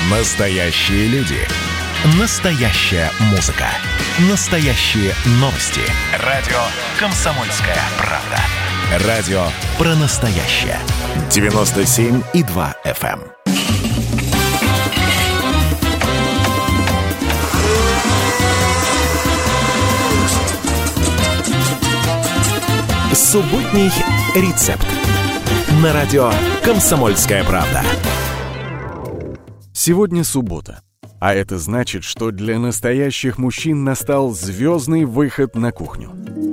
Настоящие люди. Настоящая музыка. Настоящие новости. Радио «Комсомольская правда». Радио про настоящее. 97,2 FM. Субботний рецепт. На радио «Комсомольская правда». Сегодня суббота, а это значит, что для настоящих мужчин настал звездный выход на кухню.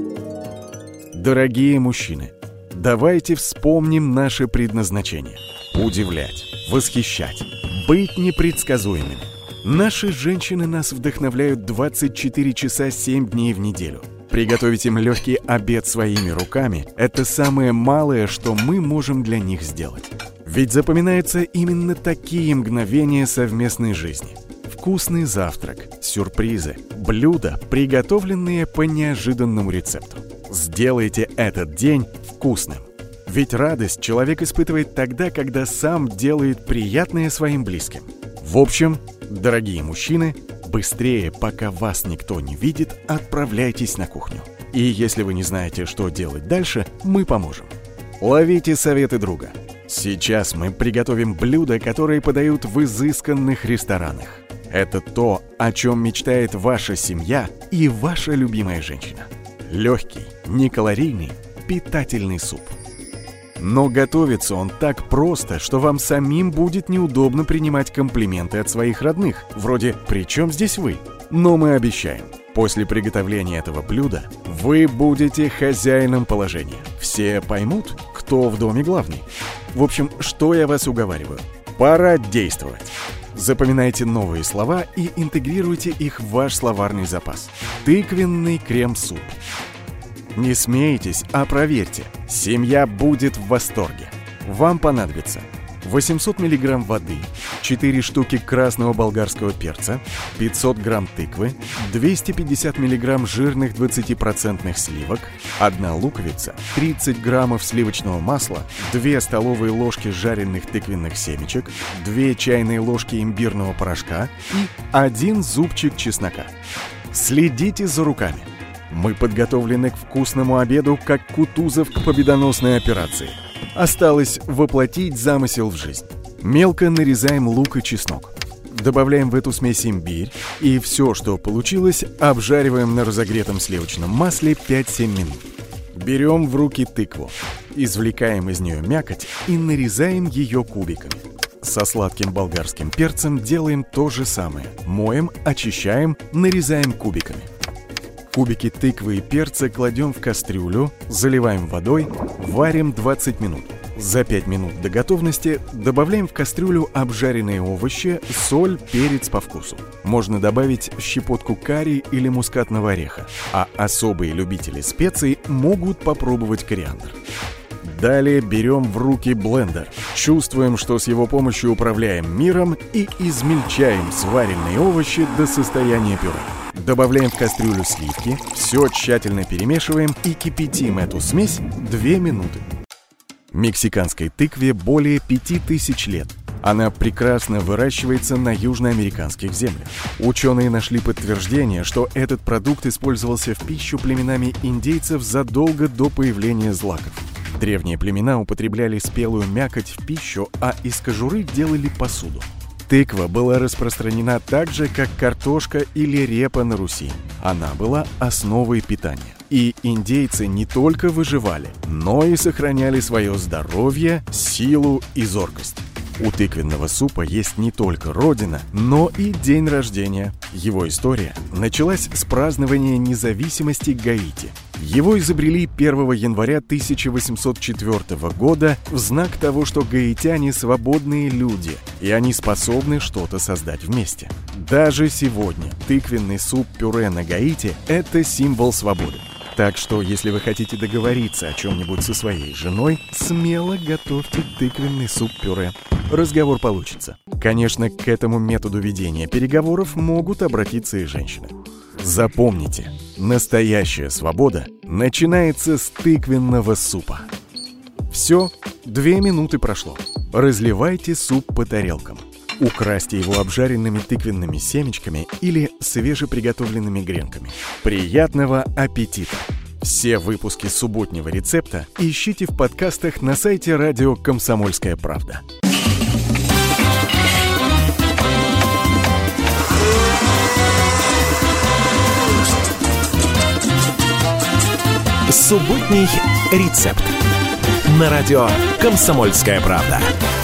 Дорогие мужчины, давайте вспомним наше предназначение – удивлять, восхищать, быть непредсказуемыми. Наши женщины нас вдохновляют 24 часа 7 дней в неделю. Приготовить им легкий обед своими руками – это самое малое, что мы можем для них сделать. Ведь запоминаются именно такие мгновения совместной жизни. Вкусный завтрак, сюрпризы, блюда, приготовленные по неожиданному рецепту. Сделайте этот день вкусным. Ведь радость человек испытывает тогда, когда сам делает приятное своим близким. В общем, дорогие мужчины, быстрее, пока вас никто не видит, отправляйтесь на кухню. И если вы не знаете, что делать дальше, мы поможем. Ловите советы друга. Сейчас мы приготовим блюда, которые подают в изысканных ресторанах. Это то, о чем мечтает ваша семья и ваша любимая женщина. Легкий, некалорийный, питательный суп. Но готовится он так просто, что вам самим будет неудобно принимать комплименты от своих родных, вроде «при чем здесь вы?». Но мы обещаем, после приготовления этого блюда вы будете хозяином положения. Все поймут, кто в доме главный. В общем, что я вас уговариваю? Пора действовать. Запоминайте новые слова и интегрируйте их в ваш словарный запас. Тыквенный крем-суп. Не смейтесь, а проверьте. Семья будет в восторге. Вам понадобится 800 мг воды, 4 штуки красного болгарского перца, 500 грамм тыквы, 250 мг жирных 20% сливок, 1 луковица, 30 граммов сливочного масла, 2 столовые ложки жареных тыквенных семечек, 2 чайные ложки имбирного порошка и 1 зубчик чеснока. Следите за руками. Мы подготовлены к вкусному обеду, как Кутузов к победоносной операции. Осталось воплотить замысел в жизнь. Мелко нарезаем лук и чеснок. Добавляем в эту смесь имбирь. И все, что получилось, обжариваем на разогретом сливочном масле 5-7 минут. Берем в руки тыкву. Извлекаем из нее мякоть и нарезаем ее кубиками. Со сладким болгарским перцем делаем то же самое. Моем, очищаем, нарезаем кубиками. Кубики тыквы и перца кладем в кастрюлю, заливаем водой, варим 20 минут. За 5 минут до готовности добавляем в кастрюлю обжаренные овощи, соль, перец по вкусу. Можно добавить щепотку карри или мускатного ореха, а особые любители специй могут попробовать кориандр. Далее берем в руки блендер, чувствуем, что с его помощью управляем миром и измельчаем сваренные овощи до состояния пюре. Добавляем в кастрюлю сливки, все тщательно перемешиваем и кипятим эту смесь 2 минуты. Мексиканской тыкве более 5000 лет. Она прекрасно выращивается на южноамериканских землях. Ученые нашли подтверждение, что этот продукт использовался в пищу племенами индейцев задолго до появления злаков. Древние племена употребляли спелую мякоть в пищу, а из кожуры делали посуду. Тыква была распространена так же, как картошка или репа на Руси. Она была основой питания. И индейцы не только выживали, но и сохраняли свое здоровье, силу и зоркость. У тыквенного супа есть не только родина, но и день рождения. Его история началась с празднования независимости Гаити. Его изобрели 1 января 1804 года в знак того, что гаитяне свободные люди, и они способны что-то создать вместе. Даже сегодня тыквенный суп-пюре на Гаити – это символ свободы. Так что, если вы хотите договориться о чем-нибудь со своей женой, смело готовьте тыквенный суп-пюре. Разговор получится. Конечно, к этому методу ведения переговоров могут обратиться и женщины. Запомните, настоящая свобода начинается с тыквенного супа. Все, 2 минуты прошло. Разливайте суп по тарелкам. Украсьте его обжаренными тыквенными семечками или свежеприготовленными гренками. Приятного аппетита! Все выпуски субботнего рецепта ищите в подкастах на сайте радио «Комсомольская правда». Субботний рецепт на радио «Комсомольская правда».